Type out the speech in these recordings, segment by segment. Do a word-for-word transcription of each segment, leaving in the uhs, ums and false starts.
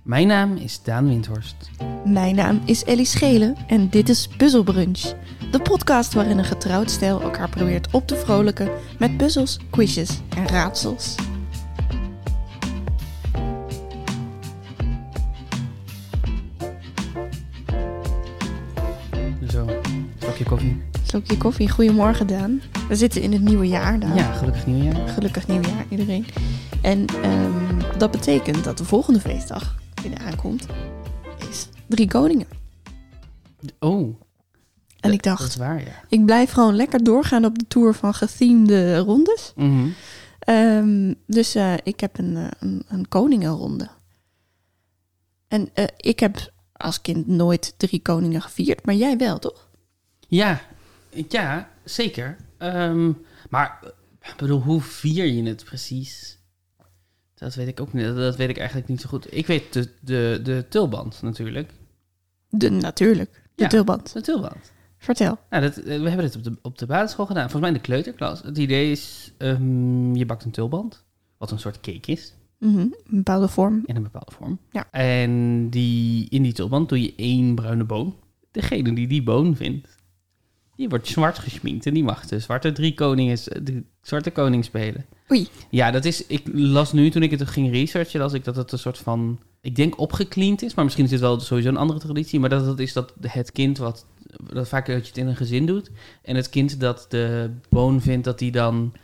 Mijn naam is Daan Windhorst. Mijn naam is Ellie Schelen en dit is Puzzelbrunch. De podcast waarin een getrouwd stel elkaar probeert op te vrolijken met puzzels, quizjes en raadsels. Zo, slokje koffie. Slokje koffie, goedemorgen Daan. We zitten in het nieuwe jaar, Daan. Ja, gelukkig nieuwjaar. Gelukkig nieuwjaar iedereen. En um, dat betekent dat de volgende feestdag die er aankomt is Drie Koningen. Oh. En d- ik dacht, dat is waar, ja. ik blijf gewoon lekker doorgaan op de tour van gethemede rondes. Mm-hmm. Um, dus uh, ik heb een, uh, een, een koningenronde. En uh, ik heb als kind nooit Drie Koningen gevierd, maar jij wel, toch? Ja, ja, zeker. Um, maar, ik bedoel, hoe vier je het precies? Dat weet ik ook niet. Dat weet ik eigenlijk niet zo goed. Ik weet de, de, de tulband natuurlijk. De, natuurlijk, de Ja, tulband. De tulband. Vertel. Nou, dat, we hebben dit op de, op de basisschool gedaan. Volgens mij in de kleuterklas. Het idee is, um, je bakt een tulband. Wat een soort cake is. Mm-hmm. Een bepaalde vorm. In een bepaalde vorm. Ja. En die, in die tulband doe je één bruine boon. Degene die die boon vindt, die wordt zwart geschminkt. En die mag de zwarte drie koningen, de zwarte koning spelen. Oei. Ja, dat is, ik las nu, toen ik het ging researchen, las ik dat het een soort van, ik denk opgecleand is. Maar misschien is het wel sowieso een andere traditie. Maar dat het is dat het kind wat, dat vaak dat je het in een gezin doet. En het kind dat de boon vindt, dat die dan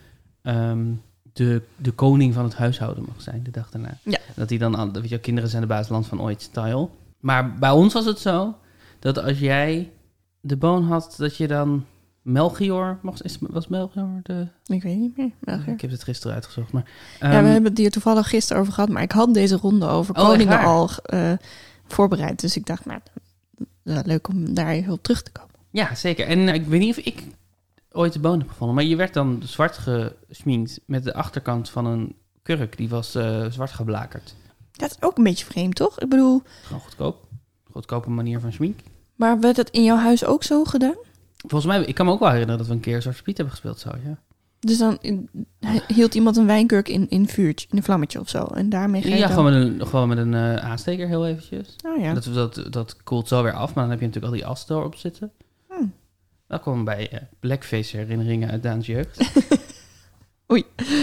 um, de, de koning van het huishouden mag zijn de dag daarna. Ja. Dat die dan, weet je, kinderen zijn de baasland van ooit style. Maar bij ons was het zo, dat als jij de boon had, dat je dan Melchior, is, was Melchior de... Ik weet niet meer. Melchior. Ik heb het gisteren uitgezocht, maar... Um, Um, ja, we hebben het hier toevallig gisteren over gehad, maar ik had deze ronde over Oh, koningen al uh, voorbereid. Dus ik dacht, nou, uh, leuk om daar even op terug te komen. Ja, zeker. En uh, ik weet niet of ik ooit de boon heb gevonden, maar je werd dan zwart gesminkt met de achterkant van een kurk, die was uh, zwart geblakerd. Dat is ook een beetje vreemd, toch? Ik bedoel... Gewoon goedkoop. Goedkope manier van schmink. Maar werd het in jouw huis ook zo gedaan? Volgens mij, ik kan me ook wel herinneren dat we een keer Zwarte Piet hebben gespeeld zo, ja. Dus dan hield iemand een wijnkurk in een vuurtje, in een vlammetje of zo. En daarmee ga je Ja, dan... gewoon met een, gewoon met een uh, aansteker heel eventjes. Oh ja. Dat, dat, dat koelt zo weer af, maar dan heb je natuurlijk al die as erop zitten. Hmm. Welkom bij uh, Blackface herinneringen uit Daans jeugd. Oei.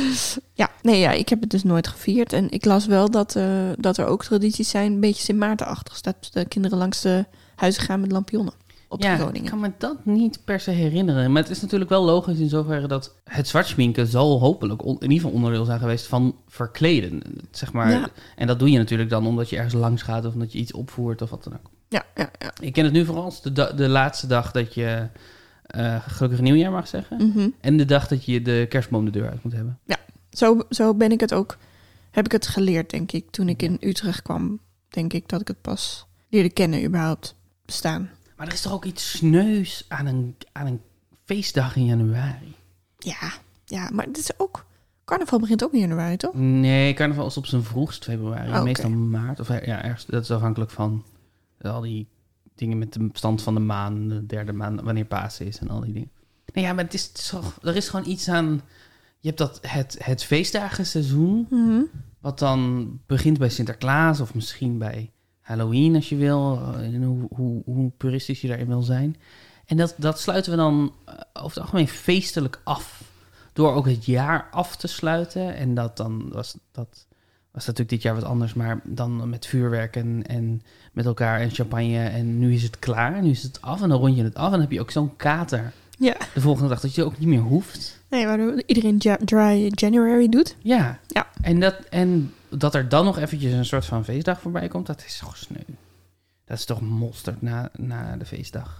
Ja, nee, ja, ik heb het dus nooit gevierd. En ik las wel dat, uh, dat er ook tradities zijn, een beetje Sint Maartenachtig. Dat de kinderen langs de huizen gaan met lampionnen op ja, de koningen. Ik kan me dat niet per se herinneren. Maar het is natuurlijk wel logisch in zoverre dat het zwart schminken zal hopelijk on, in ieder geval onderdeel zijn geweest van verkleden. Zeg maar. Ja. En dat doe je natuurlijk dan omdat je ergens langs gaat of omdat je iets opvoert of wat dan ook. Ja, ja, ja. Ik ken het nu vooral als de, da- de laatste dag dat je uh, gelukkig nieuwjaar mag zeggen. Mm-hmm. En de dag dat je de kerstboom de deur uit moet hebben. Ja, zo, zo ben ik het ook, heb ik het geleerd, denk ik. Toen ik in Utrecht kwam, denk ik dat ik het pas leerde kennen, überhaupt bestaan. Maar er is toch ook iets sneus aan een, aan een feestdag in januari? Ja, ja, maar het is ook... Carnaval begint ook in januari, toch? Nee, carnaval is op zijn vroegst februari. Oh, meestal okay. maart. Of ja, ergens, dat is afhankelijk van al die dingen met de stand van de maan, de derde maan, wanneer Pasen is en al die dingen. Nou ja, maar het is, het is toch, er is gewoon iets aan... Je hebt dat het, het feestdagenseizoen, Mm-hmm. wat dan begint bij Sinterklaas of misschien bij Halloween als je wil. En hoe, hoe, hoe puristisch je daarin wil zijn. En dat, dat sluiten we dan uh, over het algemeen feestelijk af. Door ook het jaar af te sluiten. En dat dan was dat was natuurlijk dit jaar wat anders. Maar dan met vuurwerk en, en met elkaar en champagne. En nu is het klaar. Nu is het af en dan rond je het af. En dan heb je ook zo'n kater Ja. de volgende dag dat je ook niet meer hoeft. Nee, waardoor iedereen ja, dry January doet. Ja. Ja. En dat, en dat er dan nog eventjes een soort van feestdag voorbij komt, dat is toch sneu. Dat is toch mosterd na, na de feestdag.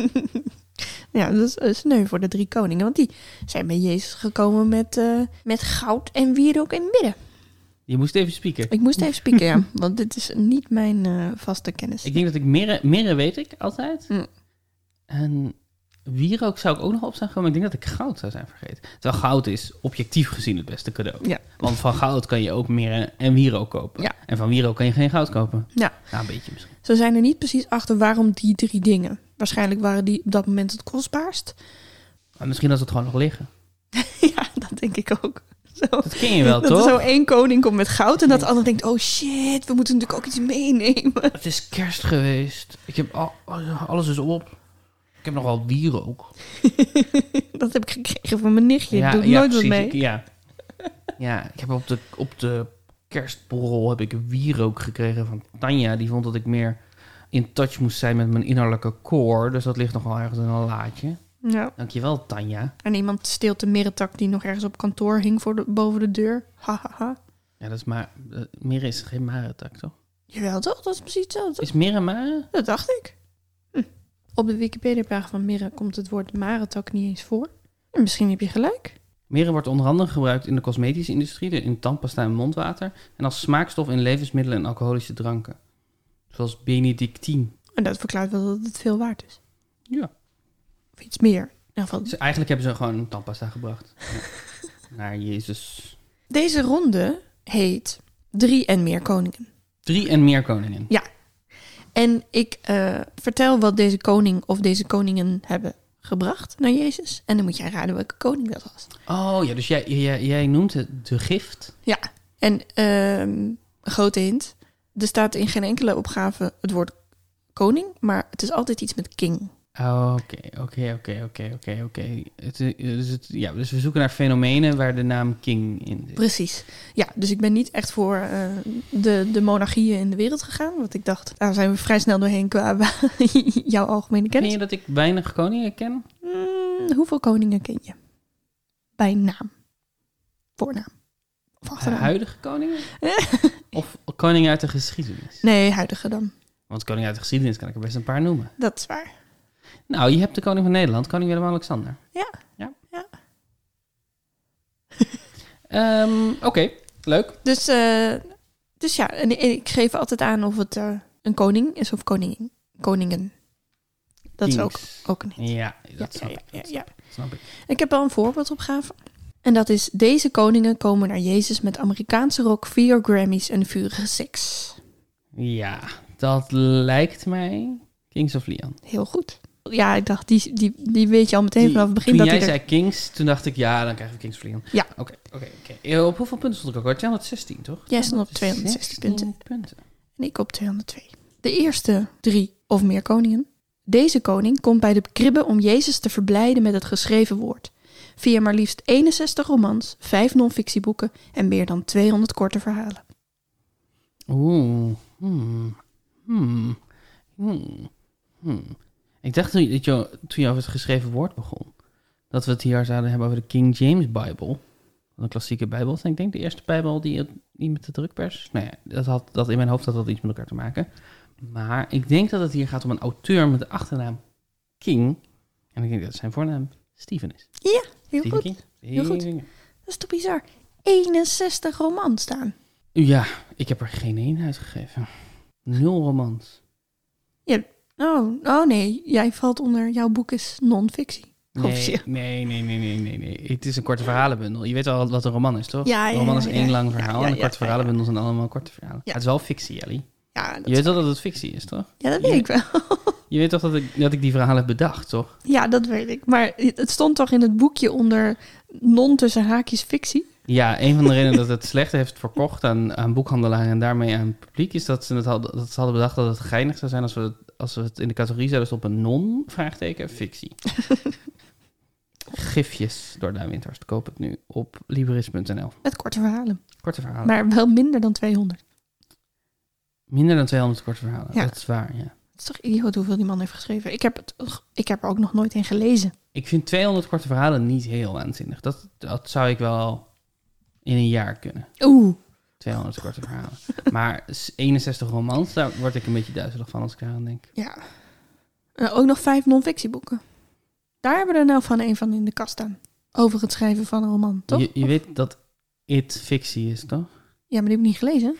Ja, dat is uh, sneu voor de drie koningen. Want die zijn bij Jezus gekomen met, uh, met goud en wierook in het midden. Je moest even spieken. Ik moest even spieken, ja. Want dit is niet mijn uh, vaste kennis. Ik denk dat ik mirre, mirre weet ik altijd. Mm. En wierook zou ik ook nog op zijn gekomen. Maar ik denk dat ik goud zou zijn vergeten. Terwijl goud is objectief gezien het beste cadeau. Ja. Want van goud kan je ook mirre en wierook kopen. Ja. En van wierook kan je geen goud kopen. Ja. Nou, een beetje misschien. Ze zijn er niet precies achter waarom die drie dingen. Waarschijnlijk waren die op dat moment het kostbaarst. Maar misschien dat het gewoon nog liggen. Ja, dat denk ik ook. Zo. Dat ken je wel, Dat toch? er zo één koning komt met goud en dat de ander denkt, oh shit, we moeten natuurlijk ook iets meenemen. Het is kerst geweest. Ik heb al, alles is op. Ik heb nog wel wierook. Dat heb ik gekregen van mijn nichtje. Ja, Ik doe ja, nooit wat precies. mee. Ik- ja. ja, ik heb op de, op de kerstborrel heb ik wierook gekregen van Tanja. Die vond dat ik meer in touch moest zijn met mijn innerlijke core. Dus dat ligt nog wel ergens in een laadje. Ja. Dankjewel, Tanja. En iemand steelt de mirretak die nog ergens op kantoor hing voor de, boven de deur. Ha, ha, ha. Ja, dat is maar... Uh, Mirre is geen marentak, toch? Jawel toch? Dat is precies hetzelfde. Is Mirre maren? Dat dacht ik. Hm. Op de Wikipedia-pagina van Mirre komt het woord marentak niet eens voor. En misschien heb je gelijk. Mirre wordt onder andere gebruikt in de cosmetische industrie, in tandpasta en mondwater, en als smaakstof in levensmiddelen en alcoholische dranken. Zoals benedictine. En dat verklaart wel dat het veel waard is. Ja. Of iets meer. In ieder geval. Dus eigenlijk hebben ze gewoon tandpasta gebracht. Ja. Naar Jezus. Deze ronde heet Drie en meer koningen. Drie en meer koningen. Ja. En ik uh, vertel wat deze koning of deze koningen hebben gebracht naar Jezus. En dan moet jij raden welke koning dat was. Oh ja, dus jij, jij, jij noemt het de gift. Ja. En uh, een grote hint. Er staat in geen enkele opgave het woord koning, maar het is altijd iets met king. Oké, oké, oké, oké, oké, oké. Ja, dus we zoeken naar fenomenen waar de naam king in zit. Precies. Ja, dus ik ben niet echt voor uh, de, de monarchieën in de wereld gegaan. Want ik dacht, daar zijn we vrij snel doorheen qua jouw algemene kennis. Ken je dat ik weinig koningen ken? Mm, hoeveel koningen ken je? Bij naam. Voornaam. Of achternaam. Huidige koningen? Of koningen uit de geschiedenis? Nee, huidige dan. Want koningen uit de geschiedenis kan ik er best een paar noemen. Dat is waar. Nou, je hebt de koning van Nederland, koning Willem-Alexander. Ja. Ja. ja. um, Oké, okay, leuk. Dus, uh, dus ja, en ik geef altijd aan of het uh, een koning is of koningin. Koningen. Dat Kings. Is ook, ook een hint. Ja, dat ja, snap, ja, ik, ja, dat ja. snap, ik, snap ik. Ik heb al een voorbeeldopgave. En dat is, deze koningen komen naar Jezus met Amerikaanse rock, vier Grammys en vurige seks. Ja, dat lijkt mij Kings of Leon. Heel goed. Ja, ik dacht, die, die, die weet je al meteen die, vanaf het begin. Toen dat jij er... zei Kings, toen dacht ik, ja, dan krijgen we Kings of Leon. Ja. Oké, oké, oké. Op hoeveel punten stond ik ook al? tweehonderdzestien, toch? Jij stond op tweehonderdzestien punten. punten. En ik op tweehonderdtwee. De eerste drie of meer koningen. Deze koning komt bij de kribbe om Jezus te verblijden met het geschreven woord. Via maar liefst eenenzestig romans, vijf non-fictieboeken en meer dan tweehonderd korte verhalen. Oeh. Hmm. Hmm. Hmm. Hmm. Ik dacht dat je, toen je over het geschreven woord begon, dat we het hier zouden hebben over de King James Bible. Een klassieke Bijbel. Ik denk de eerste Bijbel die, die met de drukpers. Nou ja, dat had dat in mijn hoofd had dat iets met elkaar te maken. Maar ik denk dat het hier gaat om een auteur met de achternaam King. En ik denk dat zijn voornaam Stephen is. Ja, heel Stephen goed. King. Heel goed. Dat is toch bizar? eenenzestig romans staan. Ja, ik heb er geen één uitgegeven. Nul romans. Ja, oh, oh nee, jij valt onder, jouw boek is non-fictie. Nee, nee, nee, nee, nee, nee, nee. Het is een korte verhalenbundel. Je weet wel wat een roman is, toch? Ja, ja, een roman is ja, één ja. lang verhaal Ja, ja, en de korte ja, verhalenbundel zijn allemaal korte verhalen. Ja. Het is wel fictie, Ellie. Ja, dat je weet wel dat het fictie is, toch? Ja, dat weet je, ik wel. Je weet toch dat ik, dat ik die verhalen heb bedacht, toch? Ja, dat weet ik. Maar het stond toch in het boekje onder non tussen haakjes fictie? Ja, een van de redenen dat het slecht heeft verkocht aan, aan boekhandelaren en daarmee aan het publiek is dat ze, het hadden, dat ze hadden bedacht dat het geinig zou zijn als we het, als we het in de categorie zouden stoppen non, vraagteken, fictie. Gifjes door Daan Winters. Koop het nu op libris punt n l. Met korte verhalen. Korte verhalen. Maar wel minder dan tweehonderd. Minder dan tweehonderd korte verhalen. Ja. Dat is waar, ja. Het is toch idioot hoeveel die man heeft geschreven. Ik heb, het, ik heb er ook nog nooit in gelezen. Ik vind tweehonderd korte verhalen niet heel waanzinnig. Dat, dat zou ik wel in een jaar kunnen. Oeh. tweehonderd korte verhalen. Maar eenenzestig romans, daar word ik een beetje duizelig van als ik eraan denk. Ja. Uh, ook nog vijf non-fictieboeken. Daar hebben we er nou van een van in de kast staan. Over het schrijven van een roman, toch? Je, je weet dat It fictie is, toch? Ja, maar die heb ik niet gelezen.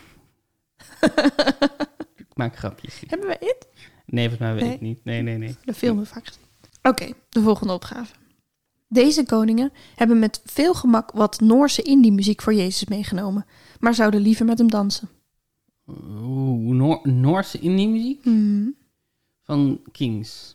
Ik maak grapjes. Hebben we It? Nee, volgens mij weet Nee. ik niet. Nee, nee, nee. De film vaak. Oké, okay, de volgende opgave. Deze koningen hebben met veel gemak wat Noorse indie-muziek voor Jezus meegenomen, maar zouden liever met hem dansen. Oeh, Noor- Noorse indie-muziek? Hmm. Van Kings.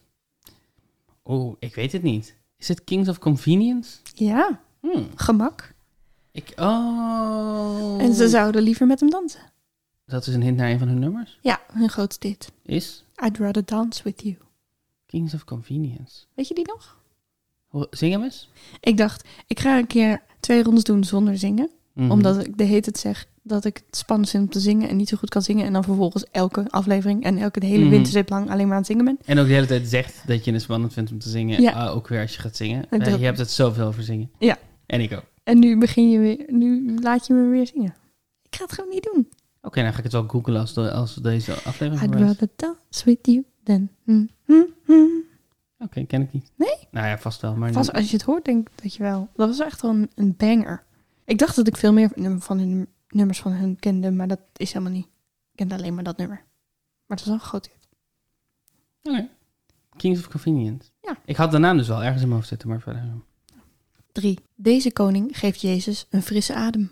Oeh, ik weet het niet. Is het Kings of Convenience? Ja, Hmm. gemak. Ik, oh. En ze zouden liever met hem dansen. Dat is een hint naar een van hun nummers? Ja, hun grootste hit. Is? I'd rather dance with you. Kings of Convenience. Weet je die nog? Ho- Zing hem eens. Ik dacht, ik ga een keer twee rondes doen zonder zingen. Mhm. Omdat ik de hele tijd zeg dat ik het spannend vind om te zingen en niet zo goed kan zingen. En dan vervolgens elke aflevering en elke de hele Mhm. winterzip lang alleen maar aan het zingen ben. En ook de hele tijd zegt dat je het spannend vindt om te zingen. Ja. Ah, ook weer als je gaat zingen. En Eh, dat- Je hebt het zoveel over zingen. Ja. En ik ook. En nu begin je weer, nu laat je me weer zingen. Ik ga het gewoon niet doen. Oké, dan ga ik het wel googlen als, de, als deze aflevering I'd voorbij is. rather dance with you than... Mm, mm, mm. Oké, ken ik niet. Nee? Nou ja, vast wel. Maar Vast, als je het hoort, denk ik dat je wel... Dat was echt wel een, een banger. Ik dacht dat ik veel meer van hun nummers van hun kende, maar dat is helemaal niet. Ik kende alleen maar dat nummer. Maar het was wel een groot hit. Oké. Kings of Convenience. Ja. Ik had de naam dus wel ergens in mijn hoofd zitten, maar verder... Drie. Deze koning geeft Jezus een frisse adem.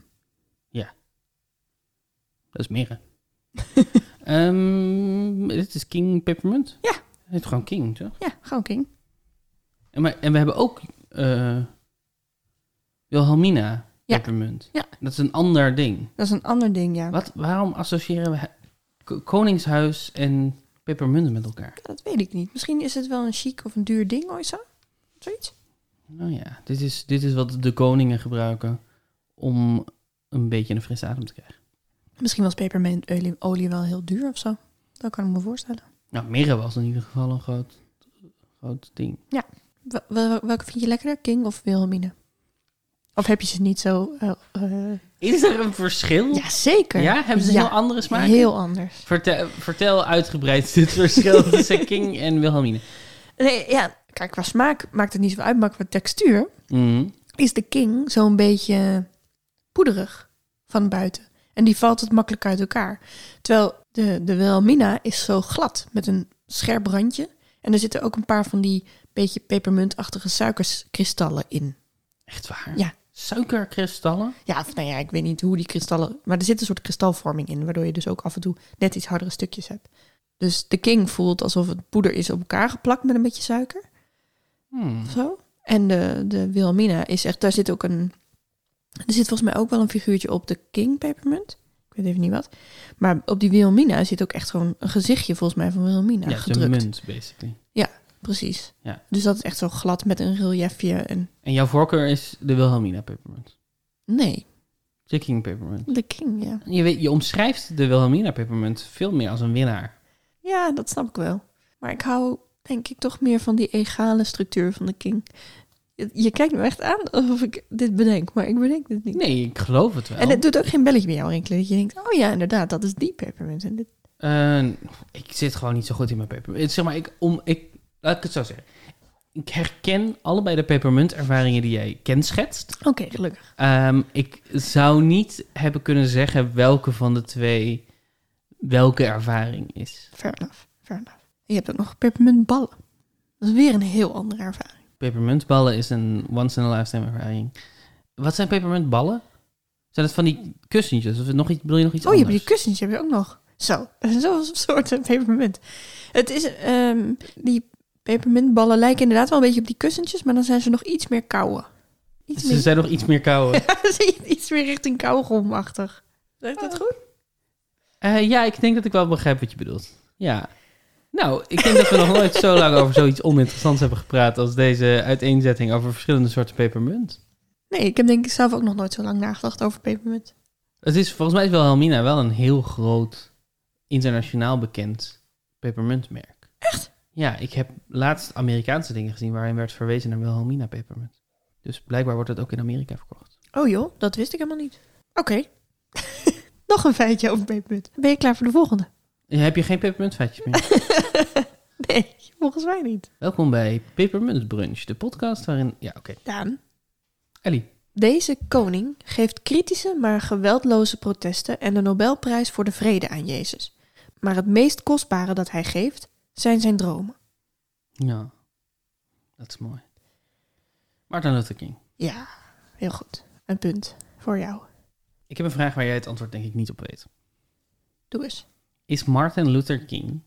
Dat is Mirre. Ehm, dit is King Peppermint? Ja. Het heet gewoon King, toch? Ja, gewoon king. En, maar, en we hebben ook eh Wilhelmina Ja. Peppermint. Ja. Dat is een ander ding. Dat is een ander ding, ja. Wat, waarom associëren we he- K- Koningshuis en pepermunten met elkaar? Dat weet ik niet. Misschien is het wel een chic of een duur ding of zo. Zoiets. Nou ja, dit is, dit is wat de koningen gebruiken om een beetje een frisse adem te krijgen. Misschien was pepermuntolie olie wel heel duur of zo. Dat kan ik me voorstellen. Nou, mirre was in ieder geval een groot, groot ding. Wel- wel- welke vind je lekkerder? King of Wilhelmina? Of heb je ze niet zo... eh, eh, Is er een verschil? Ja, zeker. Ja? Hebben ze Ja, heel andere smaken? Heel anders. Vertel, vertel uitgebreid dit verschil tussen King en Wilhelmina. Nee, ja, kijk, qua smaak maakt het niet zo uit, maar qua textuur Mhm. is de King zo'n beetje poederig van buiten. En die valt het makkelijk uit elkaar. Terwijl de, de Wilhelmina is zo glad met een scherp randje. En er zitten ook een paar van die beetje pepermuntachtige suikerkristallen in. Echt waar? Ja. Suikerkristallen? Ja, of nou ja, ik weet niet hoe die kristallen... Maar er zit een soort kristalvorming in, waardoor je dus ook af en toe net iets hardere stukjes hebt. Dus de King voelt alsof het poeder is op elkaar geplakt met een beetje suiker. Hmm. Of zo. En de, de Wilhelmina is echt... Daar zit ook een... Er zit volgens mij ook wel een figuurtje op de King Peppermint. Ik weet even niet wat. Maar op die Wilhelmina zit ook echt gewoon een gezichtje volgens mij van Wilhelmina Ja, het is een gedrukt. munt, basically. Precies. Ja. Dus dat is echt zo glad met een reliefje. En... En jouw voorkeur is de Wilhelmina Peppermint? Nee, De King Peppermint? de King, ja. Je, weet, je omschrijft de Wilhelmina Peppermint veel meer als een winnaar. Ja, dat snap ik wel. Maar ik hou denk ik toch meer van die egale structuur van de King. Je, je kijkt me echt aan alsof ik dit bedenk, maar ik bedenk dit niet. Nee, ik geloof het wel. En het doet ook geen belletje bij jou rinkelen. Dat je denkt, oh ja, inderdaad, dat is die peppermint. En dit... Eh, ik zit gewoon niet zo goed in mijn peppermint. Zeg maar, ik, om, ik, laat ik het zo zeggen. Ik herken allebei de peppermint-ervaringen die jij kenschetst. Oké, gelukkig. Ehm, ik zou niet hebben kunnen zeggen welke van de twee welke ervaring is. Fair enough, fair enough. En je hebt ook nog peppermintballen. Dat is weer een heel andere ervaring. Peppermintballen is een once-in-a-lifetime ervaring. Wat zijn peppermintballen? Zijn het van die kussentjes? Of nog iets, bedoel je nog iets Oh, je anders? hebt die kussens, heb je ook nog. Zo, dat is zo'n soort peppermint. Het is, ehm, die pepermintballen lijken inderdaad wel een beetje op die kussentjes, maar dan zijn ze nog iets meer kouwen. Iets Ze meer, zijn nog iets meer koude. iets meer richting kauwgomachtig. Zeg ik dat goed? Eh, ja, ik denk dat ik wel begrijp wat je bedoelt. Ja. Nou, ik denk dat we nog nooit zo lang over zoiets oninteressants hebben gepraat als deze uiteenzetting over verschillende soorten pepermunt. Nee, ik heb denk ik zelf ook nog nooit zo lang nagedacht over pepermunt. Het is volgens mij is Wilhelmina wel een heel groot, internationaal bekend pepermuntmerk. Echt? Ja, ik heb laatst Amerikaanse dingen gezien waarin werd verwezen naar Wilhelmina pepermunt. Dus blijkbaar wordt het ook in Amerika verkocht. Oh joh, dat wist ik helemaal niet. Oké. Nog een feitje over pepermunt. Ben je klaar voor de volgende? Heb je geen pepermuntfeitjes meer? Nee, volgens mij niet. Welkom bij Pepermunt Brunch, de podcast waarin... Ja, oké. Daan. Ellie. Deze koning geeft kritische, maar geweldloze protesten en de Nobelprijs voor de vrede aan Jezus. Maar het meest kostbare dat hij geeft, zijn zijn dromen. Ja, dat is mooi. Martin Luther King. Ja, heel goed. Een punt voor jou. Ik heb een vraag waar jij het antwoord denk ik niet op weet. Doe eens. Is Martin Luther King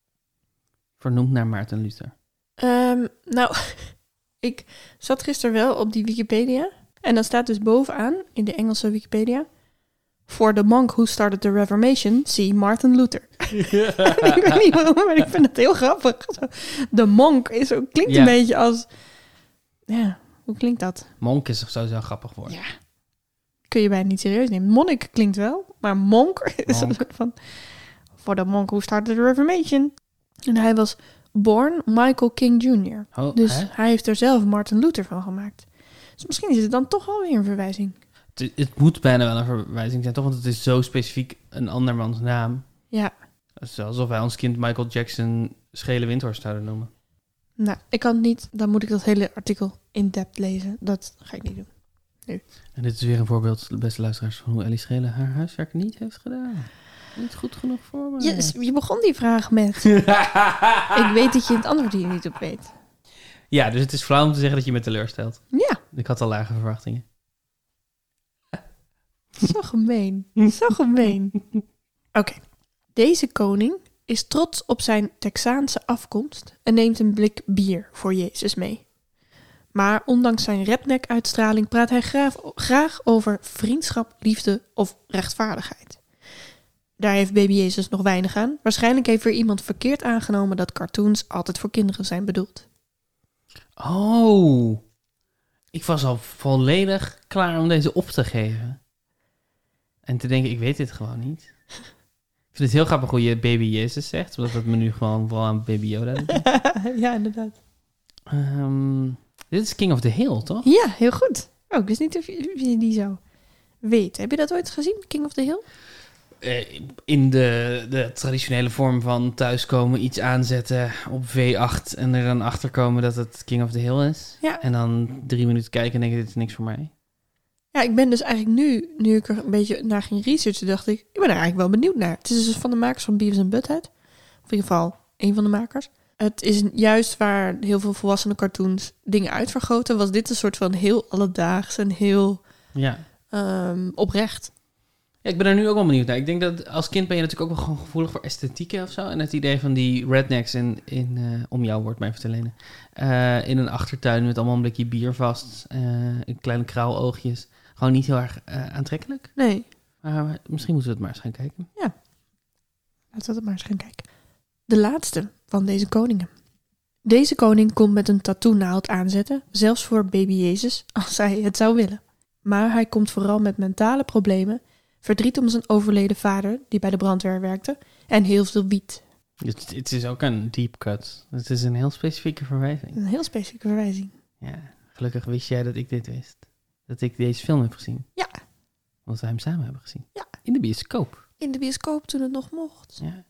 vernoemd naar Maarten Luther? Um, nou, ik zat gisteren wel op die Wikipedia. En dan staat dus bovenaan, in de Engelse Wikipedia... For the monk who started the Reformation, see Martin Luther. Ik weet niet waarom, maar ik vind het heel grappig. De monk is ook, klinkt Ja. een beetje als... Ja, hoe klinkt dat? Monk is sowieso een grappig woord. Ja, kun je bijna niet serieus nemen. Monnik klinkt wel, maar monk is een Monk. soort van... For the monk who started the Reformation. En hij was born Michael King junior Oh, Dus hè? hij heeft er zelf Martin Luther van gemaakt. Dus misschien is het dan toch wel weer een verwijzing. Het, het moet bijna wel een verwijzing zijn, toch? Want het is zo specifiek een andermans naam. Ja, Het is alsof wij ons kind Michael Jackson Schele Windhorst zouden noemen. nou, ik kan het niet. Dan moet ik dat hele artikel in depth lezen. Dat ga ik niet doen. En dit is weer een voorbeeld, de beste luisteraars, van hoe Ellie Schele haar huiswerk niet heeft gedaan. Niet goed genoeg voor me. Je, je begon die vraag met... ik weet dat je het antwoord hier niet op weet. Ja, dus het is flauw om te zeggen dat je me teleurstelt. Ja, Ik had al lage verwachtingen. zo gemeen. Zo gemeen. Oké. Deze koning is trots op zijn Texaanse afkomst en neemt een blik bier voor Jezus mee. Maar ondanks zijn redneck-uitstraling praat hij graag, graag over vriendschap, liefde of rechtvaardigheid. Daar heeft baby Jezus nog weinig aan. Waarschijnlijk heeft er iemand verkeerd aangenomen dat cartoons altijd voor kinderen zijn bedoeld. Oh, ik was al volledig klaar om deze op te geven. En te denken, ik weet dit gewoon niet. Ik vind het heel grappig hoe je baby Jezus zegt, omdat het me nu gewoon vooral aan baby Yoda doet. Ja, inderdaad. Ehm, dit is King of the Hill, toch? Ja, heel goed. Oh, ik wist niet of je, of je die zou weten. Heb je dat ooit gezien, King of the Hill? Eh, in de, de traditionele vorm van thuiskomen, iets aanzetten op V acht en er dan achter komen dat het King of the Hill is. Ja. En dan drie minuten kijken en denken, dit is niks voor mij. Ja, ik ben dus eigenlijk nu, nu ik er een beetje naar ging researchen, dacht ik, ik ben er eigenlijk wel benieuwd naar. Het is dus van de makers van Beavis and Butthead. Of in ieder geval één van de makers. Het is juist waar heel veel volwassene cartoons dingen uitvergroten, was dit een soort van heel alledaags en heel Ja. um, oprecht. Ja, ik ben er nu ook wel benieuwd naar. Ik denk dat als kind ben je natuurlijk ook wel gewoon gevoelig voor esthetieken of zo. En het idee van die rednecks in, in uh, om jouw woord mij even te lenen, uh, in een achtertuin met allemaal een blikje bier vast, uh, een kleine krauwoogjes. Gewoon niet heel erg uh, aantrekkelijk. Nee. Maar misschien moeten we het maar eens gaan kijken. Ja. Laten we het maar eens gaan kijken. De laatste van deze koningen. Deze koning komt met een tattoo-naald aanzetten, zelfs voor baby Jezus, als hij het zou willen. Maar hij komt vooral met mentale problemen, verdriet om zijn overleden vader, die bij de brandweer werkte, en heel veel wiet. Het, het is ook een deep cut. Het is een heel specifieke verwijzing. Een heel specifieke verwijzing. Ja, gelukkig wist jij dat ik dit wist. Dat ik deze film heb gezien. Ja. Want we hem samen hebben gezien. Ja. In de bioscoop. In de bioscoop toen het nog mocht. Ja.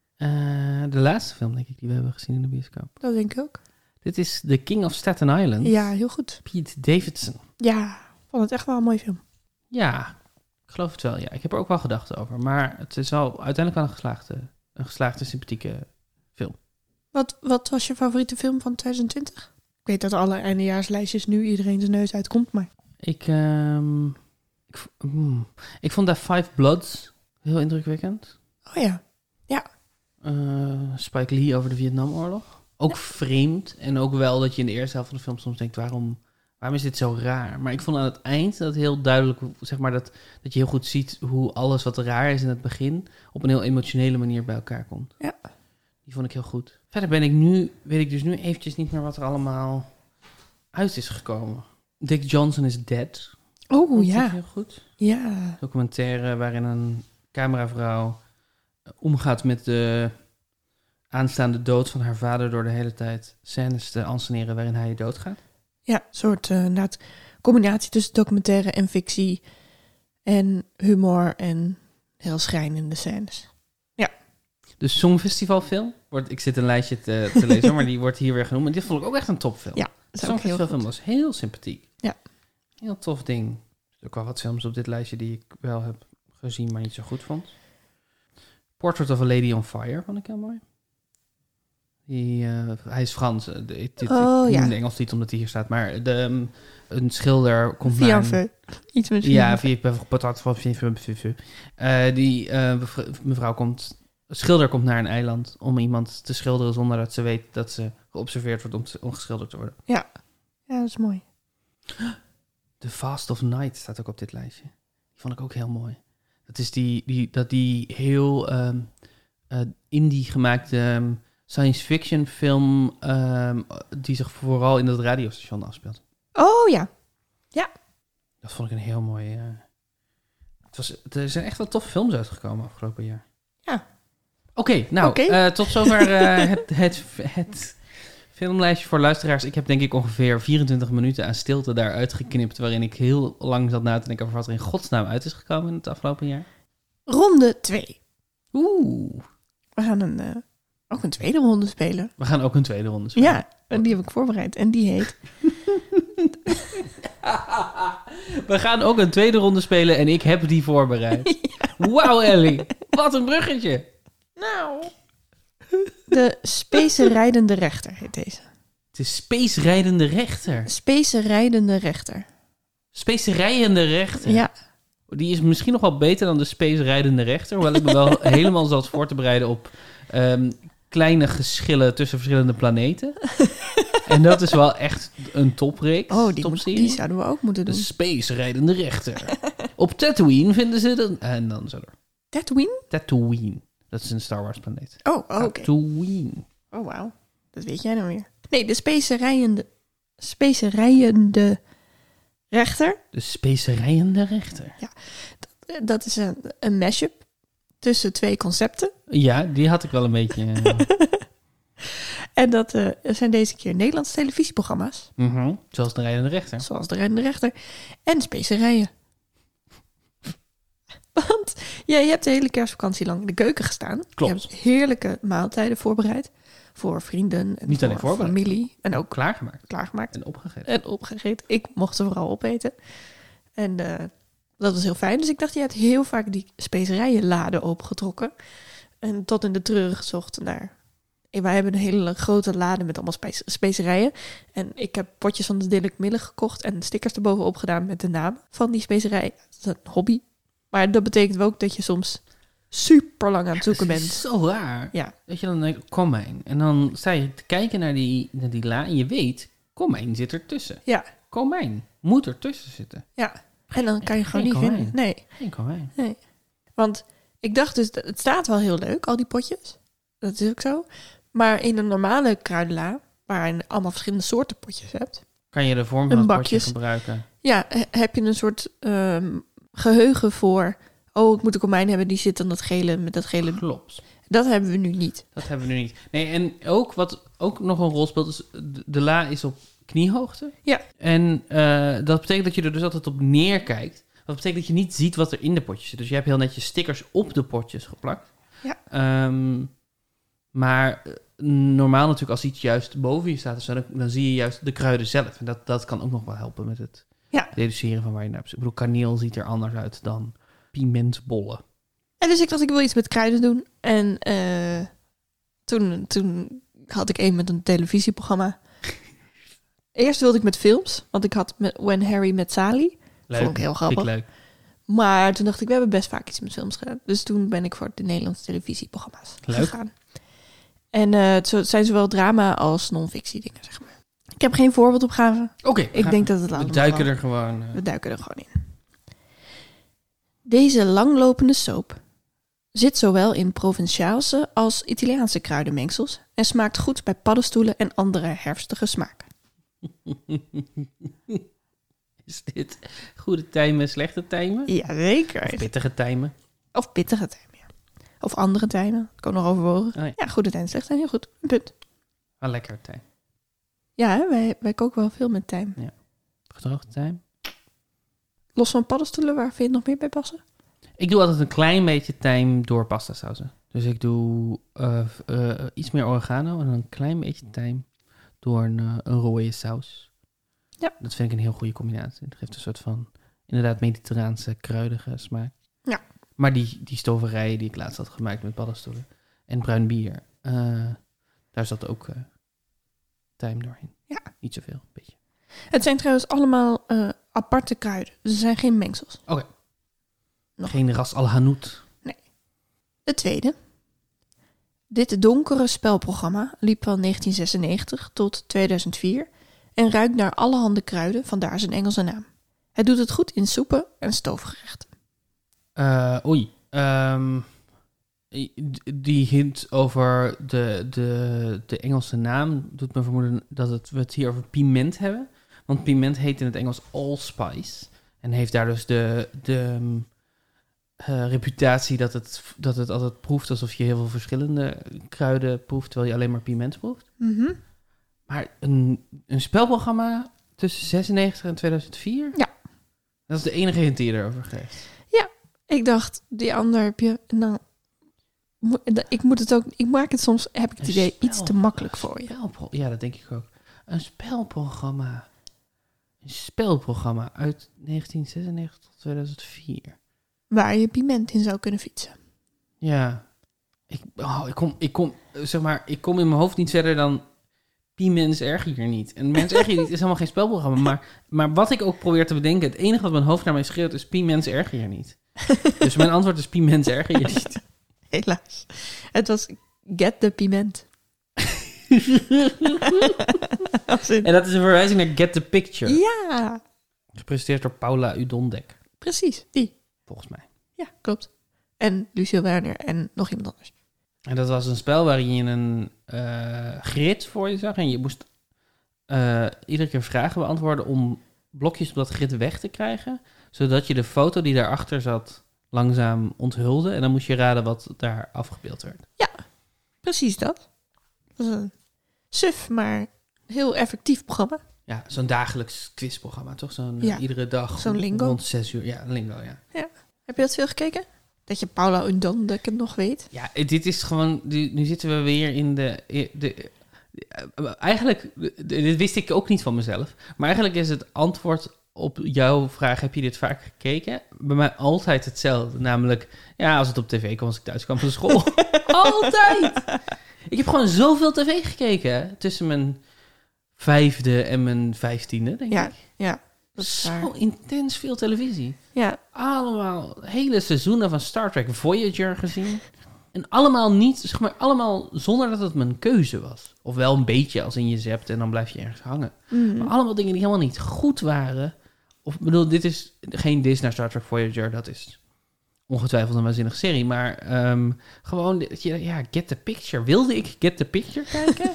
Uh, de laatste film, denk ik, die we hebben gezien in de bioscoop. Dat denk ik ook. Dit is The King of Staten Island. Ja, heel goed. Pete Davidson. Ja, vond het echt wel een mooie film. Ja, ik geloof het wel. Ja, ik heb er ook wel gedachten over. Maar het is wel uiteindelijk wel een geslaagde, een geslaagde sympathieke film. Wat, wat was je favoriete film van twintig twintig? Ik weet dat alle eindejaarslijstjes nu iedereen zijn neus uitkomt, maar... Ik, um, ik, mm, ik vond daar Five Bloods heel indrukwekkend. Oh ja, ja. Uh, Spike Lee over de Vietnamoorlog. Ook ja. Vreemd. En ook wel dat je in de eerste helft van de film soms denkt, waarom, waarom is dit zo raar? Maar ik vond aan het eind dat heel duidelijk, zeg maar, dat, dat je heel goed ziet hoe alles wat raar is in het begin op een heel emotionele manier bij elkaar komt. Ja. Die vond ik heel goed. Verder ben ik nu, weet ik dus nu eventjes niet meer wat er allemaal uit is gekomen. Dick Johnson is Dead. Oh ja. Heel goed. Ja. Documentaire waarin een cameravrouw omgaat met de aanstaande dood van haar vader door de hele tijd scènes te anseneren waarin hij doodgaat. Ja, een soort uh, combinatie tussen documentaire en fictie en humor en heel schrijnende scènes. Ja. De Songfestivalfilm. Wordt, ik zit een lijstje te, te lezen, maar die wordt hier weer genoemd. En dit vond ik ook echt een topfilm. Ja, de Songfestivalfilm was heel sympathiek. Ja. Heel tof ding. Er zijn ook wel wat films op dit lijstje die ik wel heb gezien, maar niet zo goed vond. Portrait of a Lady on Fire vond ik heel mooi. Die, uh, hij is Frans. Uh, de, dit, oh, ik ja. de Engels titel omdat hij hier staat. Maar de, um, een schilder komt Via naar... Een, iets met Ja, via Portrait van uh, Die uh, mevrouw komt... Een schilder komt naar een eiland om iemand te schilderen zonder dat ze weet dat ze geobserveerd wordt om, te, om geschilderd te worden. Ja. Ja, dat is mooi. The Fast of Night staat ook op dit lijstje. Die vond ik ook heel mooi. Dat is die, die, dat die heel um, uh, indie gemaakte um, science fiction film... Um, die zich vooral in dat radiostation afspeelt. Oh ja. Ja. Dat vond ik een heel mooi... Uh, het was, er zijn echt wel toffe films uitgekomen afgelopen jaar. Ja. Oké, okay, nou, okay. Uh, tot zover uh, het, het, het filmlijstje voor luisteraars. Ik heb denk ik ongeveer vierentwintig minuten aan stilte daaruit geknipt... waarin ik heel lang zat na te denken over wat er in godsnaam uit is gekomen in het afgelopen jaar. Ronde twee. Oeh. We gaan een, uh, ook een tweede ronde spelen. We gaan ook een tweede ronde spelen. Ja, en die heb ik voorbereid. En die heet... We gaan ook een tweede ronde spelen en ik heb die voorbereid. Ja. Wauw, Ellie. Wat een bruggetje. Nou. De Space Rijdende Rechter heet deze. De Space Rijdende Rechter. Space Rijdende Rechter. Space Rijdende Rechter. Ja. Die is misschien nog wel beter dan de Space Rijdende Rechter. Hoewel ik me wel helemaal zat voor te bereiden op um, kleine geschillen tussen verschillende planeten. En dat is wel echt een topreeks. Oh, die, moet, die zouden we ook moeten doen. De Space Rijdende Rechter. Op Tatooine vinden ze dat. En dan zo door. Tatooine? Tatooine. Dat is een Star Wars planeet. Oh, oh oké. Okay. Tatooine. Oh, wauw. Dat weet jij nou weer. Nee, de Space Rijdende... Space Rijdende Rechter. De Space Rijdende Rechter. Ja, dat, dat is een, een mashup tussen twee concepten. Ja, die had ik wel een beetje... Uh... En dat uh, zijn deze keer Nederlandse televisieprogramma's. Mm-hmm. Zoals de Rijdende Rechter. Zoals de Rijdende Rechter. En specerijen. Want ja, je hebt de hele kerstvakantie lang in de keuken gestaan. Klopt. Je hebt heerlijke maaltijden voorbereid. Voor vrienden en Niet voor alleen voorbereid, familie. En ook klaargemaakt. klaargemaakt. En opgegeten. En opgegeten. Ik mocht ze vooral opeten. En uh, dat was heel fijn. Dus ik dacht, je hebt heel vaak die specerijenladen opgetrokken. En tot in de treuren gezocht naar... Wij hebben een hele grote lade met allemaal spe- specerijen. En ik heb potjes van de Dillik Mille gekocht en stickers erbovenop gedaan met de naam van die specerijen. Dat is een hobby. Maar dat betekent ook dat je soms super lang aan het zoeken bent. Dat is zo raar. Ja. Dat je dan denkt, komijn. En dan sta je te kijken naar die, naar die la en je weet, komijn zit ertussen. Ja. Komijn moet ertussen zitten. Ja. En dan kan je gewoon Geen niet komijn. vinden. Nee. Geen komijn. Nee. Want ik dacht dus, het staat wel heel leuk, al die potjes. Dat is ook zo. Maar in een normale kruidenla, waar je allemaal verschillende soorten potjes hebt. Kan je de vorm van een het bakjes. potje gebruiken? Ja, heb je een soort um, geheugen voor... Oh, ik moet een komijn hebben, die zit dan dat gele met dat gele... Klopt. Dat hebben we nu niet. Dat hebben we nu niet. Nee, en ook wat ook nog een rol speelt, is de, de la is op kniehoogte. Ja. En uh, dat betekent dat je er dus altijd op neerkijkt. Dat betekent dat je niet ziet wat er in de potjes zit. Dus je hebt heel netjes stickers op de potjes geplakt. Ja. Um, maar normaal natuurlijk als iets juist boven je staat, dan, dan zie je juist de kruiden zelf. En dat, dat kan ook nog wel helpen met het ja. deduceren van waar je naar op zit. Ik bedoel, kaneel ziet er anders uit dan pimentbollen. En dus ik dacht, ik wil iets met kruiden doen. En uh, toen, toen had ik een met een televisieprogramma. Eerst wilde ik met films, want ik had met When Harry Met Sally. Leuk. Vond ik heel grappig. Ik leuk. Maar toen dacht ik, we hebben best vaak iets met films gedaan. Dus toen ben ik voor de Nederlandse televisieprogramma's leuk. gegaan. En uh, het zijn zowel drama als non-fictie dingen, zeg maar. Ik heb geen voorbeeldopgave. Oké. Okay, ik denk dat het later. We duiken er gewoon... Uh... We duiken er gewoon in. Deze langlopende soap zit zowel in Provençaalse als Italiaanse kruidenmengsels en smaakt goed bij paddenstoelen en andere herfstige smaken. Is dit goede tijmen, slechte tijmen? Ja, zeker. Of pittige tijmen? Of pittige tijmen, ja. Of andere tijmen. Kan nog overwogen. Oh, ja. ja, goede tijmen, slechte tijmen. Heel goed. Een punt. Een lekker tijm. Ja, hè? Wij, wij koken wel veel met tijm. Ja. Gedroogde tijm. Los van paddenstoelen, waar vind je het nog meer bij passen? Ik doe altijd een klein beetje tijm door pasta sausen. Dus ik doe uh, uh, iets meer oregano en een klein beetje tijm door een, uh, een rode saus. Ja. Dat vind ik een heel goede combinatie. Het geeft een soort van, inderdaad, mediterraanse kruidige smaak. Ja. Maar die, die stoverijen die ik laatst had gemaakt met paddenstoelen en bruin bier, uh, daar zat ook uh, tijm doorheen. Ja. Niet zoveel, een beetje. Het zijn trouwens allemaal uh, aparte kruiden. Dus er zijn geen mengsels. Oké. Okay. Geen ras al hanout. Nee. De tweede. Dit donkere spelprogramma liep van negentien zesennegentig tot tweeduizend vier... en ruikt naar allerhande kruiden, vandaar zijn Engelse naam. Het doet het goed in soepen en stoofgerechten. Uh, oei. Um, die hint over de, de, de Engelse naam doet me vermoeden dat het, we het hier over piment hebben. Want piment heet in het Engels allspice. En heeft daar dus de, de uh, reputatie dat het, dat het altijd proeft alsof je heel veel verschillende kruiden proeft, terwijl je alleen maar piment proeft. Mm-hmm. Maar een, een spelprogramma tussen zesennegentig en tweeduizend vier? Ja. Dat is de enige hint die je erover geeft. Ja, ik dacht, die ander heb je... Nou, ik moet het ook... Ik maak het soms, heb ik het een idee, spel, iets te makkelijk voor je. Spelpro- ja, dat denk ik ook. Een spelprogramma. Een spelprogramma uit negentien zesennegentig tot tweeduizend vier. Waar je piment in zou kunnen fietsen. Ja. Ik, oh, ik, kom, ik, kom, zeg maar, ik kom in mijn hoofd niet verder dan... Piemens erger hier niet. En Mens erger hier niet is helemaal geen spelprogramma. Maar, maar wat ik ook probeer te bedenken... Het enige wat mijn hoofd naar mij schreeuwt is... Piemens erger hier niet. Dus mijn antwoord is Piemens erger hier niet. Helaas. Het was Get the Piment. En dat is een verwijzing naar Get the Picture. Ja. Gepresenteerd door Paula Udondek. Precies, die. Volgens mij. Ja, klopt. En Lucie Werner en nog iemand anders. En dat was een spel waarin je een uh, grid voor je zag. En je moest uh, iedere keer vragen beantwoorden om blokjes op dat grid weg te krijgen. Zodat je de foto die daarachter zat langzaam onthulde. En dan moest je raden wat daar afgebeeld werd. Ja, precies dat. Dat is een suf, maar heel effectief programma. Ja, zo'n dagelijks quizprogramma, toch? Zo'n ja. uh, iedere dag zo'n lingo. Rond zes uur. Ja, een lingo, ja. Ja. Heb je dat veel gekeken? Dat je Paula Undon, dat ik het nog weet. Ja, dit is gewoon... Nu zitten we weer in de... de, de eigenlijk, dit wist ik ook niet van mezelf. Maar eigenlijk is het antwoord op jouw vraag... Heb je dit vaak gekeken? Bij mij altijd hetzelfde. Namelijk, ja, als het op tv kwam, als ik thuis kwam van school. Altijd! Ik heb gewoon zoveel tv gekeken. Tussen mijn vijfde en mijn vijftiende, denk ja, ik. Ja, dat is zo waar. Intens veel televisie. Ja. Allemaal hele seizoenen van Star Trek Voyager gezien. En allemaal niet, zeg maar, allemaal zonder dat het mijn keuze was. Of wel een beetje als in je zept en dan blijf je ergens hangen. Mm-hmm. Maar allemaal dingen die helemaal niet goed waren. Of, ik bedoel, dit is geen dis naar Star Trek Voyager. Dat is ongetwijfeld een waanzinnige serie. Maar um, gewoon, dat je, ja, Get the Picture. Wilde ik Get the Picture kijken?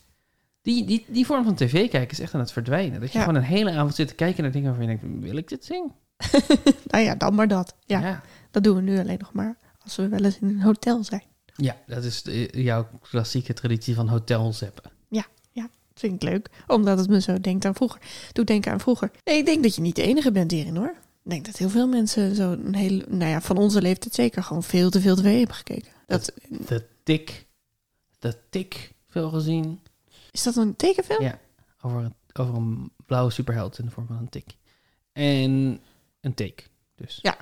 Die, die, die vorm van tv kijken is echt aan het verdwijnen. Dat je ja. gewoon een hele avond zit te kijken naar dingen waarvan je denkt, wil ik dit zien? Nou ja, dan maar dat. Ja, ja, dat doen we nu alleen nog maar als we wel eens in een hotel zijn. Ja, dat is de, jouw klassieke traditie van hotelzeppen. Ja, ja, dat vind ik leuk. Omdat het me zo denkt aan vroeger. Doe denken aan vroeger. Nee, ik denk dat je niet de enige bent hierin, hoor. Ik denk dat heel veel mensen zo een hele, nou ja, van onze leeftijd zeker gewoon veel te veel tv hebben gekeken. Dat, de Tik, de Tik, veel gezien. Is dat een tekenfilm? Ja, over, over een blauwe superheld in de vorm van een tik. En een take, dus. Ja.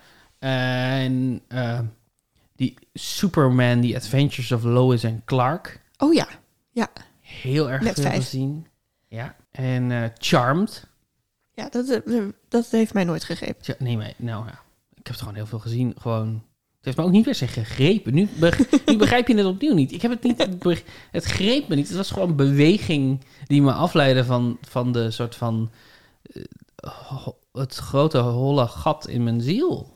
En uh, die Superman, The Adventures of Lois and Clark. Oh ja, ja. Heel erg Net veel vijf. gezien. Ja. En uh, Charmed. Ja, dat, dat heeft mij nooit gegrepen. Ja, nee, maar nou ja. Ik heb het gewoon heel veel gezien. Gewoon... Het heeft me ook niet per se gegrepen. Nu, be- nu begrijp je het opnieuw niet. Ik heb het niet... Het greep me niet. Het was gewoon een beweging die me afleidde van, van de soort van... Uh, het grote holle gat in mijn ziel.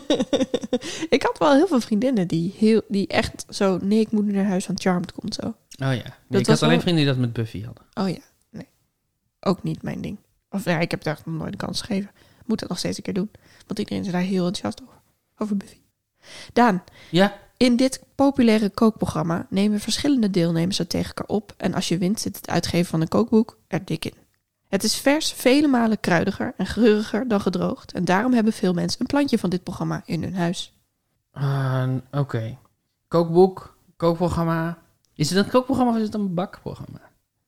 Ik had wel heel veel vriendinnen die, heel, die echt zo... Nee, ik moet nu naar huis van Charmed komt zo. Oh ja. Nee, dat ik was had alleen wel... vrienden die dat met Buffy hadden. Oh ja, nee. Ook niet mijn ding. Of ja, ik heb daar nog nooit een kans gegeven. Moet dat nog steeds een keer doen. Want iedereen is daar heel enthousiast over. Over Buffy. Daan. Ja? In dit populaire kookprogramma nemen verschillende deelnemers het tegen elkaar op. En als je wint zit het uitgeven van een kookboek er dik in. Het is vers, vele malen kruidiger en geuriger dan gedroogd. En daarom hebben veel mensen een plantje van dit programma in hun huis. Uh, Oké. Okay. Kookboek, kookprogramma. Is het een kookprogramma of is het een bakprogramma?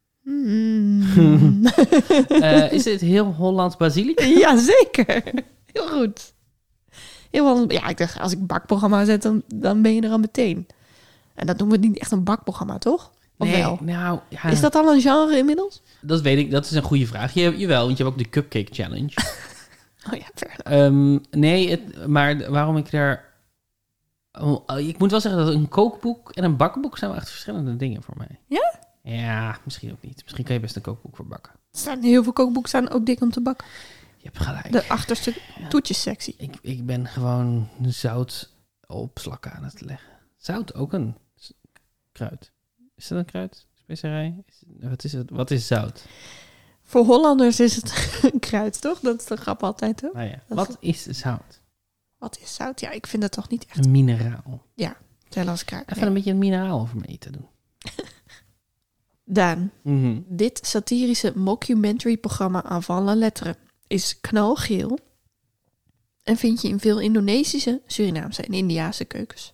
Mm. uh, is dit heel Hollands basilicum? Jazeker. Heel goed. Heel Hollands, ja, ik dacht, als ik een bakprogramma zet, dan, dan ben je er al meteen. En dat noemen we niet echt een bakprogramma, toch? Of nee, wel? Nou, ja. Is dat al een genre inmiddels? Dat weet ik, dat is een goede vraag. Je, jawel, want je hebt ook de Cupcake Challenge. Oh ja, fair. Um, nee, het, maar waarom ik daar... Oh, ik moet wel zeggen dat een kookboek en een bakboek zijn wel echt verschillende dingen voor mij. Ja? Ja, misschien ook niet. Misschien kan je best een kookboek voor bakken. Er staan heel veel kookboeken staan ook dik om te bakken. Je hebt gelijk. De achterste Ja. toetjessectie. Ik, ik ben gewoon zout op slakken aan het leggen. Zout, ook een s- kruid. Is dat een kruid? Specerij? Is, wat is het? Wat is zout? Voor Hollanders is het een kruid, toch? Dat is de grap altijd, toch? Nou ja, Dat wat is zout? Wat is zout? Ja, ik vind dat toch niet echt Een mineraal. tel als kruid. Even Nee. een beetje een mineraal over me eten doen. Daan, Mhm. dit satirische mockumentary-programma Avant la Lettre is knalgeel en vind je in veel Indonesische, Surinaamse en Indiase keukens.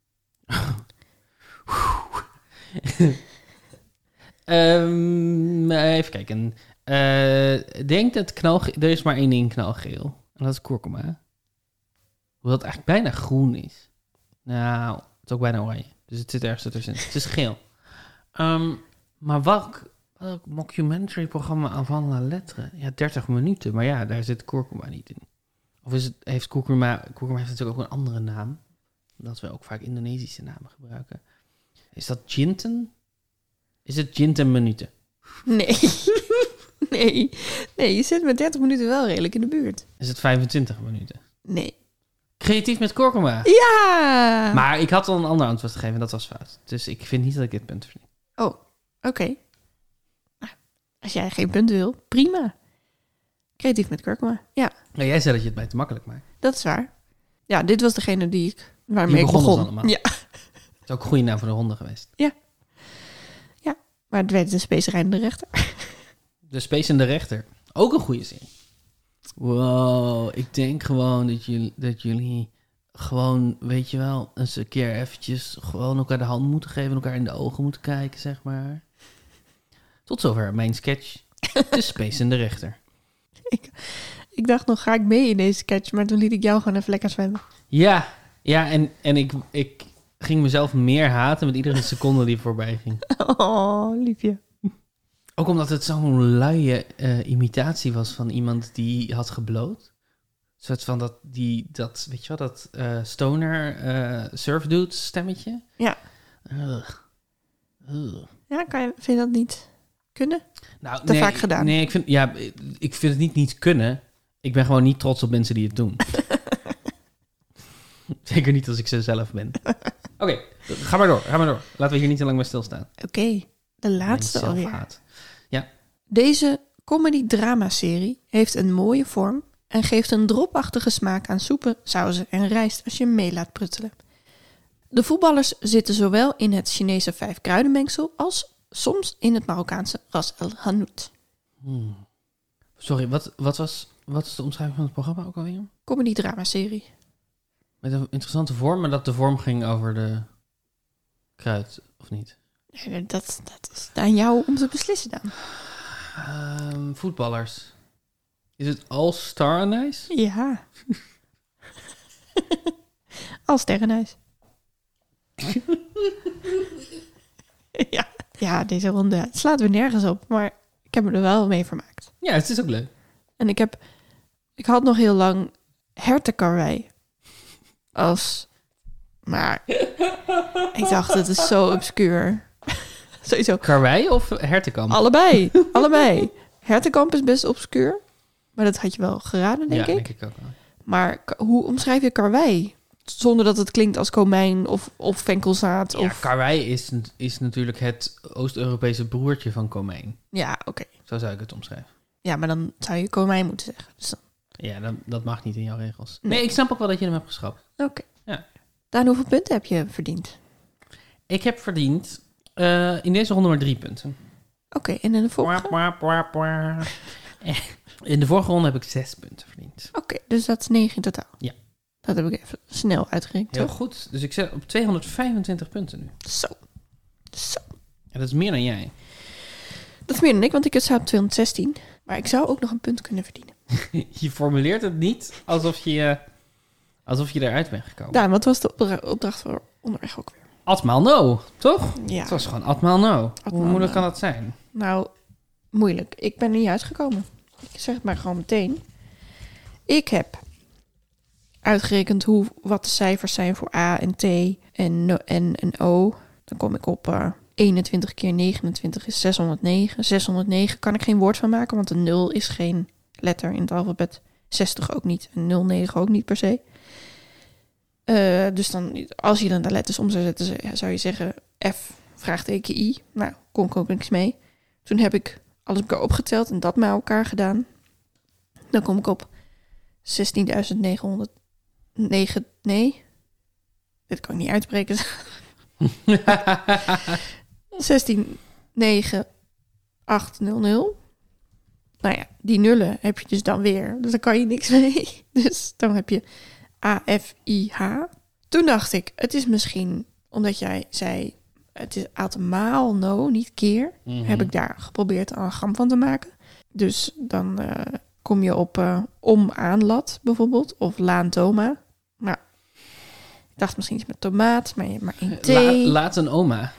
Ehm, even kijken. Eh, denk dat knalgeel... Er is maar één ding knalgeel. En dat is kurkuma. Hoewel het eigenlijk bijna groen is. Nou, het is ook bijna oranje. Dus het zit ergens ertussen. Het is geel. Ehm, maar welk, welk mockumentary-programma Avant la Lettre? Ja, dertig minuten. Maar ja, daar zit kurkuma niet in. Of is het, heeft kurkuma... Kurkuma heeft natuurlijk ook een andere naam. Dat we ook vaak Indonesische namen gebruiken. Is dat Jinten? Is het Jinten minuten? Nee. nee. Nee, je zit met dertig minuten wel redelijk in de buurt. Is het vijfentwintig minuten? Nee. Creatief met kurkuma. Ja! Maar ik had al een ander antwoord gegeven en dat was fout. Dus ik vind niet dat ik dit punt verdien. Oh, oké. Nou, als jij geen punt wil, prima. Creatief met kurkuma. Ja, Nou, jij zei dat je het mij te makkelijk maakt. dat is waar. Ja, dit was degene die ik, waarmee Die ik begon ons begon. allemaal. Ja, Het is ook een goede naam voor de honden geweest. maar het werd de specerij en de rechter. De Space en de Rechter. Ook een goede zin. Wow, ik denk gewoon dat jullie, dat jullie gewoon, weet je wel, eens een keer eventjes gewoon elkaar de hand moeten geven en elkaar in de ogen moeten kijken, zeg maar. Tot zover mijn sketch. De Space en de Rechter. Ik dacht nog, ga ik mee in deze sketch? Maar toen liet ik jou gewoon even lekker zwemmen. Ja, ja en, en ik, ik ging mezelf meer haten met iedere seconde die voorbij ging. Oh, liefje. Ook omdat het zo'n luie eh, imitatie was van iemand die had gebloot. Een soort van dat, die, dat weet je wel, dat eh, stoner eh surfdude stemmetje. Ja. Ugh. Ugh. Ja, kan je, vind je dat niet kunnen? Nou, Te nee, vaak gedaan. Nee, ik vind, ja, ik vind het niet niet kunnen. Ik ben gewoon niet trots op mensen die het doen. Zeker niet als ik ze zelf ben. Oké, ga maar door, ga maar door. Laten we hier niet te lang bij stilstaan. Oké, de laatste Mijn alweer. zelfhaat. Deze comedy-drama-serie heeft een mooie vorm en geeft een dropachtige smaak aan soepen, sauzen en rijst als je hem mee laat pruttelen. De voetballers zitten zowel in het Chinese vijf-kruidenmengsel als soms in het Marokkaanse Ras El Hanout. Hmm. Sorry, wat, wat, was, wat is de omschrijving van het programma ook alweer? Comedy-drama-serie. Met een interessante vorm, maar dat de vorm ging over de kruid, of niet? Nee, Dat, dat is aan jou om te beslissen dan. Ehm, voetballers. Is het All Star Nice? Ja. Als sterrenhuis. ja. ja, deze ronde het slaat weer nergens op, maar ik heb me er wel mee vermaakt. Ja, het is ook leuk. En ik heb, ik had nog heel lang hertenkarwei als, maar ik dacht, het is zo obscuur. Sowieso. Karwei of hertenkamp? Allebei, allebei. Hertenkamp is best obscuur, maar dat had je wel geraden, denk ja, ik. denk ik ook wel. Maar k- hoe omschrijf je karwei? Zonder dat het klinkt als komijn of, of venkelzaad. Ja, of... karwei is, is natuurlijk het Oost-Europese broertje van komijn. Ja, oké. Zo zou ik het omschrijven. Ja, maar dan zou je komijn moeten zeggen. Dus dan... Ja, dat, dat mag niet in jouw regels. Nee. Nee, ik snap ook wel dat je hem hebt geschrapt. Oké. Ja. Daan, hoeveel punten heb je verdiend? Ik heb verdiend uh, in deze ronde maar drie punten. Oké, okay, en in de vorige? Pwa, pwa, pwa, pwa. In de vorige ronde heb ik zes punten verdiend. Oké, okay, dus dat is negen in totaal. Ja. Dat heb ik even snel uitgerekend. Heel toch? goed. Dus ik zit op tweehonderdvijfentwintig punten nu. Zo. Zo. Ja, dat is meer dan jij. Dat is meer dan ik, want ik sta op tweehonderdzestien. Maar ik zou ook nog een punt kunnen verdienen. Je formuleert het niet alsof je, alsof je eruit bent gekomen. Daan, wat was de opdra- opdracht voor onderweg ook weer? Atmaal no, toch? Ja. Het was gewoon atmaal no. Atmaal Hoe moeilijk no. kan dat zijn? Nou, moeilijk. Ik ben er niet uitgekomen. Ik zeg het maar gewoon meteen. Ik heb uitgerekend hoe, wat de cijfers zijn voor A en T en, no, en, en O. Dan kom ik op uh, eenentwintig keer negenentwintig is zeshonderdnegen. zeshonderdnegen kan ik geen woord van maken, want een nul is geen letter in het alfabet. zestig ook niet en nul negen ook niet per se. Uh, dus dan, als je dan de letters om zou zetten, zou je zeggen F, vraagteken I. Nou, kon ik ook niks mee. Toen heb ik alles bij elkaar opgeteld en dat met elkaar gedaan. Dan kom ik op zestienduizend negenhonderd negen. Nee, dit kan ik niet uitspreken. zestien negen acht nul nul. Nou ja, die nullen heb je dus dan weer. Dus daar kan je niks mee. Dus dan heb je A F I H. Toen dacht ik, het is misschien omdat jij zei, het is automaal, no, niet keer. Mm-hmm. Heb ik daar geprobeerd een anagram van te maken. Dus dan uh, kom je op uh, om aanlat bijvoorbeeld. Of laantoma. Nou, ik dacht misschien iets met tomaat, maar je hebt maar één T. La, laat een oma.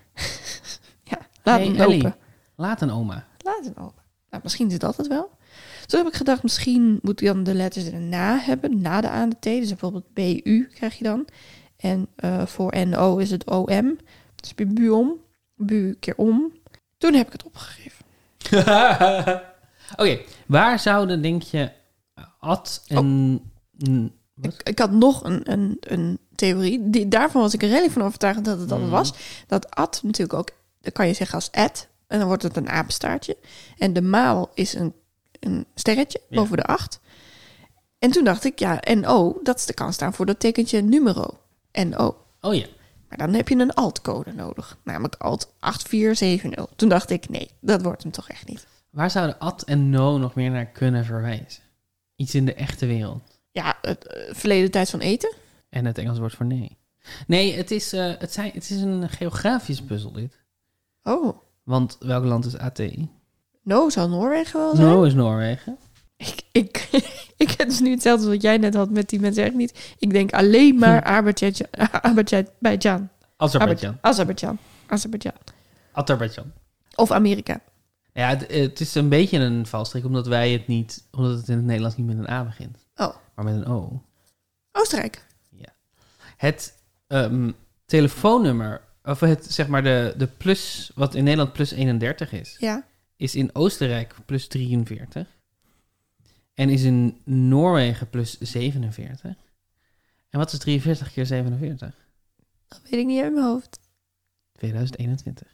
Ja, laat hey, een Ellie, open. Laat een oma. Laat een oma. Nou, misschien is dat het wel. Toen heb ik gedacht, misschien moet je dan de letters erna hebben, na de A en de T. Dus bijvoorbeeld B U krijg je dan. En uh, voor N O is het O M. Dus heb je buom, bu keer om. Toen heb ik het opgegeven. Oké, okay, waar zouden, denk je, at en... Oh. Ik, ik had nog een, een, een theorie. Die, daarvan was ik er redelijk van overtuigd dat het dat mm. was. Dat at natuurlijk ook, dat kan je zeggen als at. En dan wordt het een apenstaartje. En de maal is een, een sterretje ja. boven de acht. En toen dacht ik, ja, N O, dat is de kan staan voor dat tekentje numero. N O. Oh ja. Maar dan heb je een altcode nodig. Namelijk alt acht vier zeven nul. Toen dacht ik, nee, dat wordt hem toch echt niet. Waar zouden at en no nog meer naar kunnen verwijzen? Iets in de echte wereld. Ja, het uh, verleden tijd van eten. En het Engels woord voor nee. Nee, het is, uh, het zijn, het is een geografisch puzzel dit. Oh. Want welk land is A T? No, zou Noorwegen wel zijn? No is Noorwegen. Ik, ik, ik heb dus nu hetzelfde als wat jij net had met die mensen echt niet. Ik denk alleen maar Azerbeidzjan. Azerbeidzjan. Azerbeidzjan. Azerbeidzjan. Azerbeidzjan. Of Amerika. Ja, het, het is een beetje een valstrik, omdat wij het niet, omdat het in het Nederlands niet met een A begint. Oh. Maar met een O. Oostenrijk. Ja. Het um, telefoonnummer, of het, zeg maar de, de plus, wat in Nederland plus eenendertig is, ja. is in Oostenrijk plus drieënveertig. En is in Noorwegen plus zevenenveertig. En wat is drieënveertig keer zevenenveertig? Dat weet ik niet uit mijn hoofd. tweeduizend eenentwintig.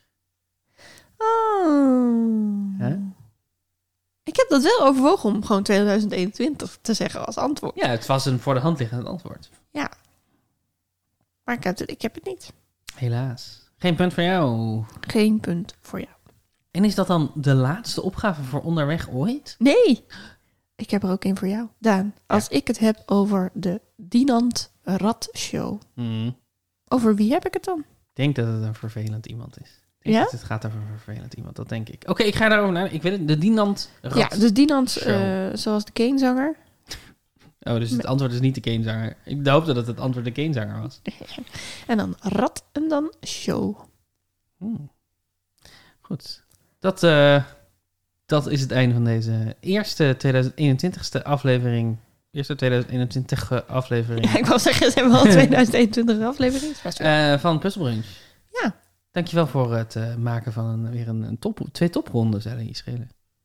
Oh. Huh? Ik heb dat wel overwogen om gewoon tweeduizend eenentwintig te zeggen als antwoord. Ja, het was een voor de hand liggend antwoord. Ja. Maar ik heb het, ik heb het niet. Helaas. Geen punt voor jou. Geen punt voor jou. En is dat dan de laatste opgave voor onderweg ooit? Nee. Ik heb er ook één voor jou. Daan, als ja. ik het heb over de Dinant Rad Show. Mm. Over wie heb ik het dan? Ik denk dat het een vervelend iemand is. Ik denk ja? dat het gaat over een vervelend iemand, dat denk ik. Oké, okay, ik ga daarover naar. Ik weet het, de Dinant Rad Ja, dus Dinant, uh, zoals de Kane-zanger. Oh, dus het antwoord is niet de Kane-zanger. Ik hoopte dat het antwoord de Kane-zanger was. En dan Rad en dan Show. Hmm. Goed. Dat... Uh, Dat is het einde van deze eerste tweeduizend eenentwintigste aflevering. Eerste tweeduizend eenentwintig aflevering. Ja, ik wou zeggen, ze hebben al tweeduizend eenentwintig aflevering. Uh, van Puzzle Brunch. Ja. Dankjewel voor het uh, maken van een, weer een, een top, twee toprondes, Ellie Schelen.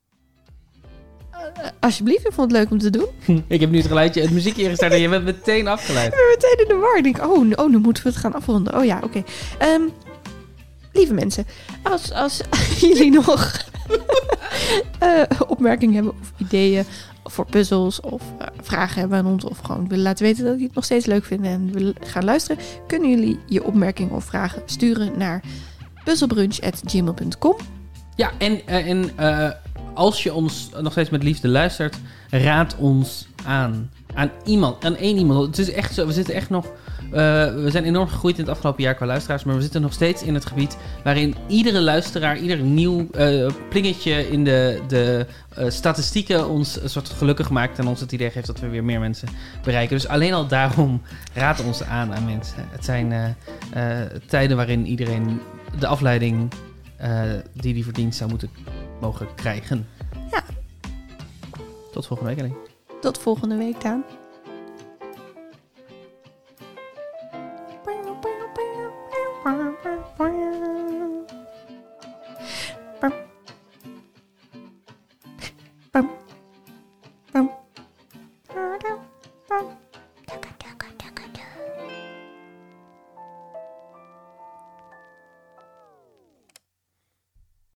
Uh, alsjeblieft, ik vond het leuk om te doen. Ik heb nu het geluidje, het muziekje gestart en je bent meteen afgeleid. Ik ben meteen in de war. Ik denk, oh, oh nu moeten we het gaan afronden. Oh ja, oké. Okay. Um, lieve mensen, als, als jullie nog uh, opmerkingen hebben of ideeën voor puzzels of uh, vragen hebben aan ons of gewoon willen laten weten dat jullie het nog steeds leuk vinden en willen gaan luisteren, kunnen jullie je opmerkingen of vragen sturen naar puzzlebrunch at gmail dot com. Ja, en, uh, en uh, als je ons nog steeds met liefde luistert, raad ons aan. Aan iemand, aan één iemand. Het is echt zo, we zitten echt nog... Uh, we zijn enorm gegroeid in het afgelopen jaar qua luisteraars, maar we zitten nog steeds in het gebied waarin iedere luisteraar, ieder nieuw uh, plingetje in de, de uh, statistieken ons een soort gelukkig maakt en ons het idee geeft dat we weer meer mensen bereiken. Dus alleen al daarom raad ons aan aan mensen. Het zijn uh, uh, tijden waarin iedereen de afleiding uh, die die verdient zou moeten mogen krijgen. Ja. Tot volgende week, Ellie. Tot volgende week, Daan. Bye.